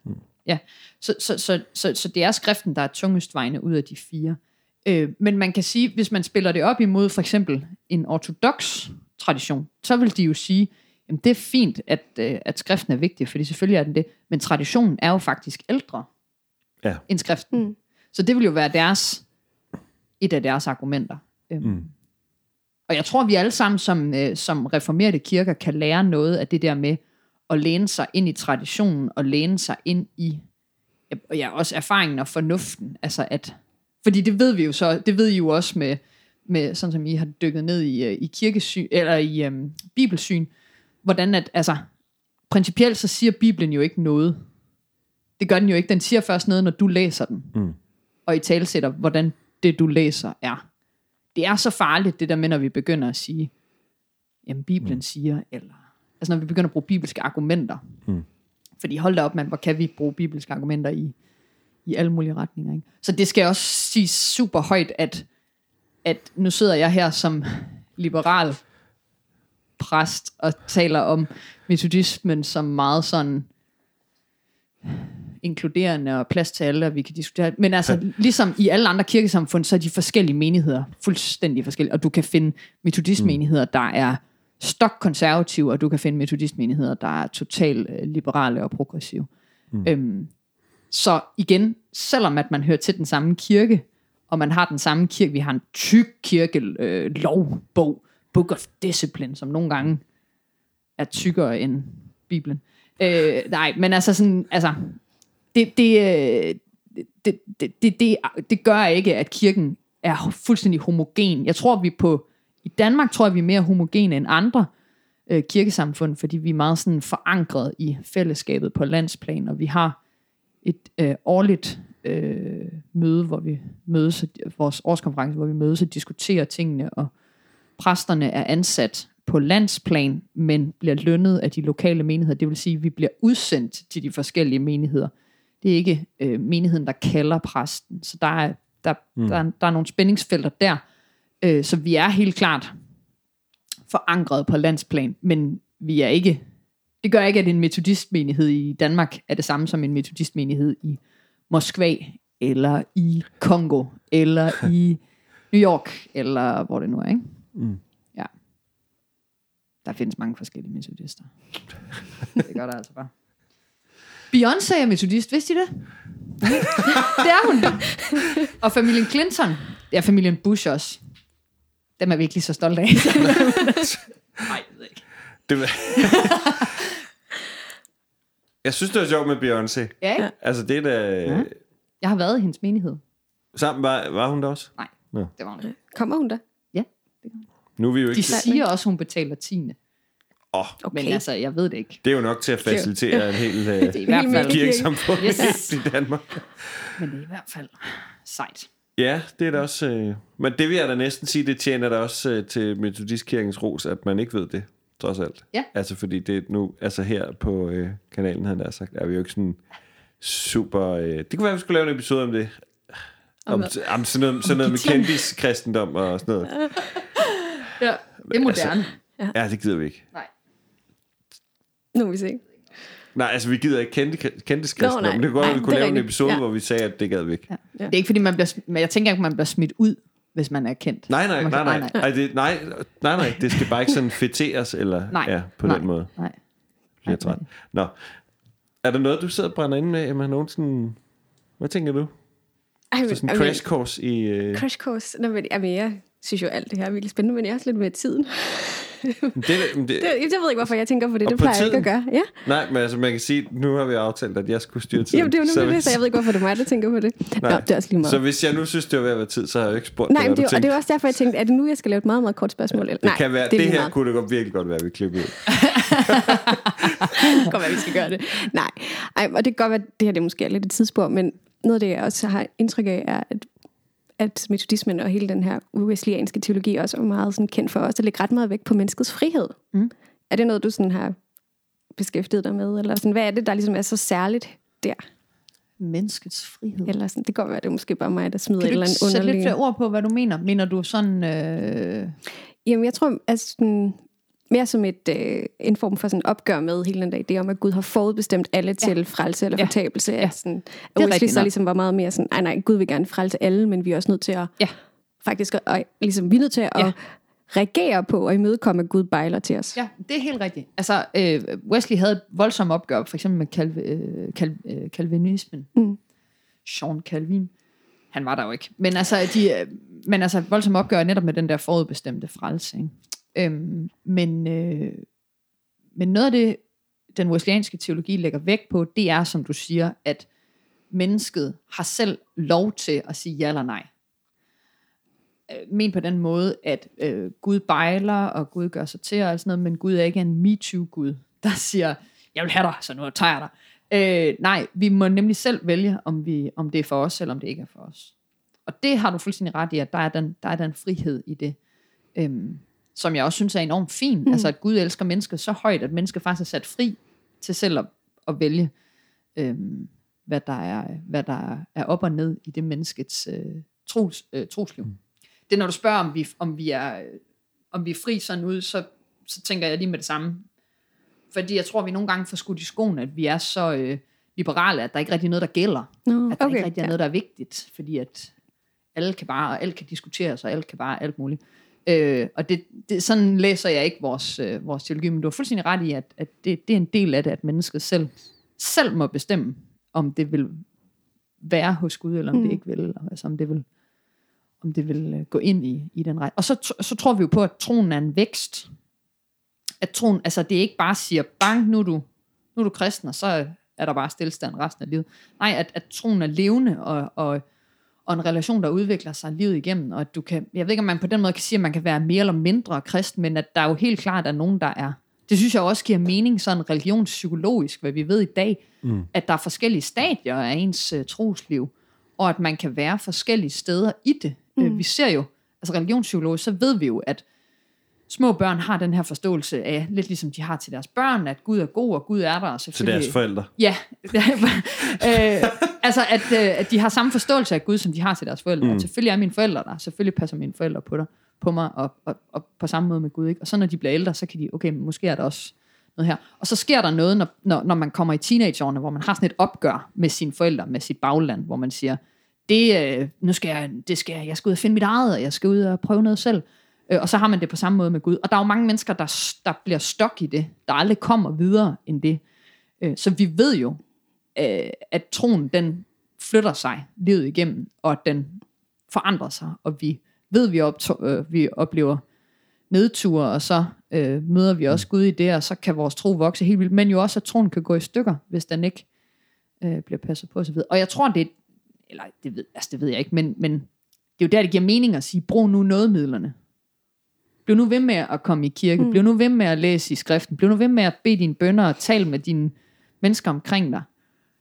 Så det er skriften, der er tungest vejende ud af de 4. Men man kan sige, hvis man spiller det op imod for eksempel en ortodoks tradition, så vil de jo sige, jamen det er fint, at skriften er vigtig, fordi selvfølgelig er den det, men traditionen er jo faktisk ældre end skriften. Så det vil jo være et af deres argumenter. Og jeg tror, vi alle sammen som reformerede kirker kan lære noget af det der med at læne sig ind i traditionen og læne sig ind i også erfaringen og fornuften. Altså fordi det ved vi jo så, det ved I jo også med sådan som I har dykket ned i kirkesyn eller i bibelsyn, hvordan principielt så siger Bibelen jo ikke noget. Det gør den jo ikke. Den siger først noget, når du læser den. Og i talesætter, hvordan det du læser er. Det er så farligt, det der med, når vi begynder at sige, jamen Bibelen siger, eller når vi begynder at bruge bibelske argumenter. Fordi hold da op, hvor kan vi bruge bibelske argumenter i alle mulige retninger. Ikke? Så det skal også sige super højt, at nu sidder jeg her som liberal præst og taler om metodismen som meget sådan inkluderende og plads til alle, og vi kan diskutere. Men ligesom i alle andre kirkesamfund, så er de forskellige menigheder fuldstændig forskellige, og du kan finde metodistmenigheder, der er stokkonservative, og du kan finde metodistmenigheder, der er totalt liberale og progressive. Så igen, selvom at man hører til den samme kirke, og man har den samme kirke, vi har en tyk kirkelovbog, Book of Discipline, som nogle gange er tykkere end Bibelen. Men det gør ikke, at kirken er fuldstændig homogen. Jeg tror, i Danmark tror jeg, vi er mere homogene end andre kirkesamfund, fordi vi er meget sådan forankret i fællesskabet på landsplan, og vi har et årligt møde, hvor vi mødes, vores årskonference, hvor vi mødes og diskuterer tingene, og præsterne er ansat på landsplan, men bliver lønnet af de lokale menigheder. Det vil sige, at vi bliver udsendt til de forskellige menigheder Det er ikke menigheden, der kalder præsten. Så der er nogle spændingsfelter der. Så vi er helt klart forankret på landsplan, men vi er ikke... Det gør ikke, at en metodistmenighed i Danmark er det samme som en metodistmenighed i Moskva, eller i Kongo, eller i New York, eller hvor det nu er, ikke? Ja. Der findes mange forskellige metodister. Det gør der altså bare. Beyoncé er metodist, vidste I det? Det er hun. Og familien Clinton, det er familien Bush også. Dem er vi ikke lige så stolte af. Nej, jeg ved ikke. Jeg synes, det var sjovt med Beyoncé. Ja, ikke? Altså, det er da... Ja. Jeg har været i hendes menighed. Sammen var hun der også? Nej, Nå. det var hun ikke. Kommer hun da? Ja, det gør hun. Nu er vi jo ikke... De siger også, hun betaler 10. Okay. Men altså, jeg ved det ikke. Det er jo nok til at facilitere en hel Det er i hvert fald kirkesamfund Yes. i Danmark. Men det er i hvert fald sejt. Ja, det er da også... Men det vil jeg da næsten sige, det tjener da også til Metodistkirkens ros, at man ikke ved det, trods alt. Ja. Altså, fordi det er nu... Altså her på kanalen, havde jeg sagt, er vi jo ikke sådan super... det kunne være, at vi skulle lave en episode om det. Om sådan noget med kendiskristendom og sådan noget. Ja, det er moderne. Ja, det gider vi ikke. Nej. Nu må vi se. Nej, altså vi gider ikke kendiskristendom, nej. men det kunne godt, at vi Nej, kunne det er lave en rigtigt. episode, Ja. hvor vi sagde, at det gad vi ikke. Ja. Det er ikke fordi men jeg tænker ikke, at man bliver smidt ud, hvis man er kendt. Nej. Nej, det skal bare ikke sådan fæteres, eller Nej. på den måde. Nej. Jeg træt. Nå. Er der noget, du sidder og brænder inde med, Emma? Nogen sådan... Hvad tænker du? Så sådan en crash course i... Crash course? Nå, men, jeg synes jo, alt det her er virkelig spændende, men jeg er også lidt med tiden. Det, Jeg ved ikke, hvorfor jeg tænker på det. Det på plejer jeg ikke at tiden? gøre. Ja. Nej, men altså man kan sige, nu har vi aftalt, at jeg skulle styre tiden. Jamen, det er jo nemlig det, så jeg ved ikke, hvorfor det er mig, der tænker på det. Nej. Nå, det er også lige meget. Så hvis jeg nu synes, det var ved at være tid, så har jeg jo ikke spurgt Nej, dig, men hvad det, du og det tænkte. er også derfor, jeg tænkte, er det nu, jeg skal lave et meget, meget kort spørgsmål? Eller? Det kan være, det lige her meget. kunne det godt, virkelig godt være, at vi klipper ud. Det kan godt være, vi skal gøre det. Nej, og det kan godt være, det her det måske er lidt et tidsspor, men noget af det, jeg også har indtryk af, er, at metodismen og hele den her wesleyanske teologi også er meget sådan kendt for os at lægge ret meget vægt på menneskets frihed. Mm. Er det noget, du sådan har beskæftiget dig med? Eller sådan, hvad er det, der ligesom er så særligt der? Menneskets frihed. Eller sådan, det kan godt være, det er måske bare mig, der smider Kan et du eller ikke andet sætte lidt underligt. flere ord på, hvad du mener? Mener du sådan... Jamen, jeg tror, altså, mere som en form for sådan opgør med hele den der idé om, at Gud har forudbestemt alle til frelse eller fortabelse. Ja. Sådan, Det er Wesley rigtigt så nok. ligesom var meget mere sådan, nej, Gud vil gerne frelse alle, men vi er også nødt til at faktisk, og ligesom vi er nødt til at reagere på og imødekomme, at Gud bejler til os. Ja, det er helt rigtigt. Altså, Wesley havde et voldsomt opgør, for eksempel med calvinismen. Jean Calvin. Han var der jo ikke. Men altså, voldsomt opgør netop med den der forudbestemte frelse. Ikke? Men noget af det, den wesleyanske teologi lægger vægt på, det er, som du siger, at mennesket har selv lov til at sige ja eller nej. Men på den måde, at Gud bejler, og Gud gør sig til og sådan noget, men Gud er ikke en MeToo-Gud, der siger, jeg vil have dig, så nu tager jeg dig. Nej, vi må nemlig selv vælge, om det er for os, eller om det ikke er for os. Og det har du fuldstændig ret i, at der er den frihed i det, som jeg også synes er enormt fin. Altså, at Gud elsker mennesker så højt, at mennesker faktisk er sat fri til selv at vælge, hvad der er op og ned i det menneskets trosliv. Det er, når du spørger, om vi er fri sådan ud, så tænker jeg lige med det samme. Fordi jeg tror, vi nogle gange får skudt i skoene, at vi er så liberale, at der ikke rigtig er noget, der gælder. At der ikke rigtig er noget, der er vigtigt. Fordi at alt kan diskuteres, og alt kan bare alt muligt. Og det sådan læser jeg ikke vores teologi, men du har fuldstændig ret i, at det er en del af det, at mennesket selv må bestemme, om det vil være hos Gud, eller om det ikke vil. Altså om det vil gå ind i den ret. Og så tror vi jo på, at troen er en vækst. At troen, altså det ikke bare siger, bang, nu er du kristen, og så er der bare stillestand resten af livet. Nej, at troen er levende, og en relation, der udvikler sig livet igennem, og at du kan, jeg ved ikke, om man på den måde kan sige, at man kan være mere eller mindre kristen, men at der jo helt klart er nogen, der er. Det synes jeg også giver mening, sådan religionspsykologisk, hvad vi ved i dag, at der er forskellige stadier af ens trosliv, og at man kan være forskellige steder i det. Vi ser jo, altså religionspsykologisk, så ved vi jo, at små børn har den her forståelse af, lidt ligesom de har til deres børn, at Gud er god, og Gud er der. Og Til deres forældre. Ja, altså at de har samme forståelse af Gud, som de har til deres forældre. Og selvfølgelig er mine forældre der, selvfølgelig passer mine forældre på mig, og på samme måde med Gud. Ikke? Og så når de bliver ældre, så kan de, okay, måske er der også noget her. Og så sker der noget, når man kommer i teenageårene, hvor man har sådan et opgør med sine forældre, med sit bagland, hvor man siger, jeg skal ud og finde mit eget, og jeg skal ud og prøve noget selv. Og så har man det på samme måde med Gud. Og der er jo mange mennesker, der bliver stok i det, der aldrig kommer videre end det. Så vi ved jo, at troen, den flytter sig livet igennem, og at den forandrer sig, og vi ved, vi oplever nedture, og så møder vi også Gud i det, og så kan vores tro vokse helt vildt, men jo også, at troen kan gå i stykker, hvis den ikke bliver passet på osv. Og jeg tror, det ved jeg ikke, men det er jo der, det giver mening at sige, brug nu nådemidlerne. Bliv nu ved med at komme i kirke, bliv nu ved med at læse i skriften, bliv nu ved med at bede dine bønner og tale med dine mennesker omkring dig.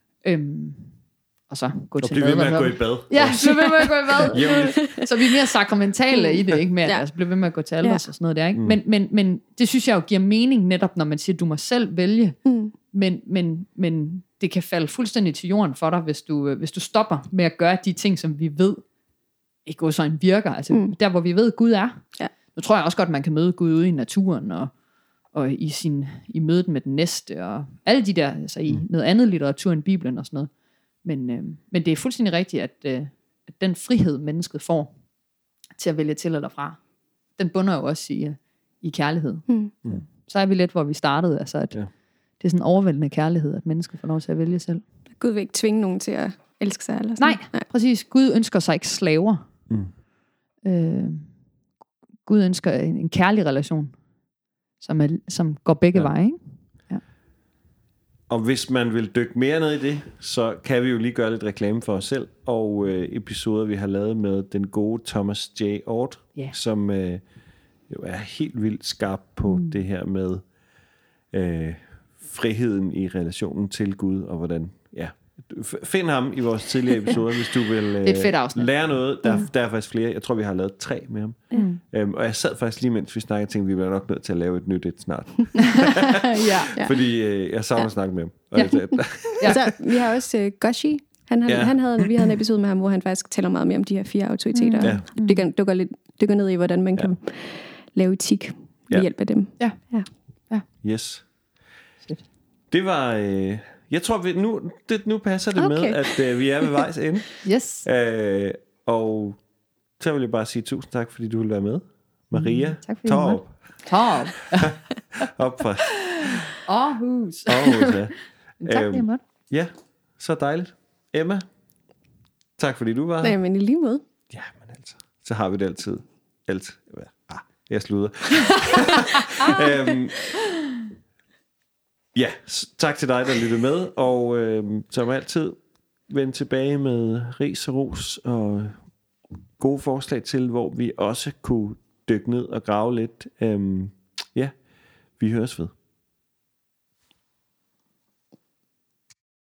Og så gå til bliv ved med at gå i bad. Ja, bliv ved med at gå i bad. Så vi er mere sakramentale i det, ikke mere. Altså, bliv ved med at gå til alders og sådan noget der, ikke? Men det synes jeg jo giver mening netop, når man siger, du må selv vælge. Men det kan falde fuldstændig til jorden for dig, hvis du stopper med at gøre de ting, som vi ved ikke går sådan virker. Altså der, hvor vi ved, Gud er. Ja. Nu tror jeg også godt, man kan møde Gud ude i naturen, og i mødet med den næste, og alle de der, altså i noget andet litteratur end Bibelen og sådan noget. Men det er fuldstændig rigtigt, at den frihed, mennesket får til at vælge til eller fra, den bunder jo også i kærlighed. Så er vi lidt, hvor vi startede, altså at det er sådan en overvældende kærlighed, at mennesket får lov til at vælge selv. Gud vil ikke tvinge nogen til at elske sig eller sådan. Nej, præcis. Gud ønsker sig ikke slaver. Gud ønsker en kærlig relation, som går begge veje, ikke? Ja. Og hvis man vil dykke mere ned i det, så kan vi jo lige gøre lidt reklame for os selv, og episoder, vi har lavet med den gode Thomas J. Oord, som jo er helt vildt skarp på det her med friheden i relationen til Gud, og hvordan, find ham i vores tidligere episoder, hvis du vil lære noget. Der er faktisk flere. Jeg tror, vi har lavet 3 med ham. Og jeg sad faktisk lige mens vi snakkede, og tænkte, vi bliver nok nødt til at lave et nyt snart. Fordi jeg savner at snakke med ham. Altså, vi har også Goshi. Vi havde en episode med ham, hvor han faktisk taler meget mere om de her 4 autoriteter. Dykker ned i, hvordan man kan lave etik ved hjælp af dem. Ja. Yes. Det var... Jeg tror, nu passer det med, at vi er ved vejs ende. Yes. Og så vil jeg bare sige tusind tak, fordi du ville være med. Maria, Torp. Op fra Aarhus, ja. Tak for det. Ja, så dejligt. Emma, tak fordi du var her. Nej, men i lige måde. Ja, men altså, så har vi det altid. Jeg slutter. Ja, tak til dig, der lyttede med, og som altid, vend tilbage med ris og ros og gode forslag til, hvor vi også kunne dykke ned og grave lidt. Vi høres ved.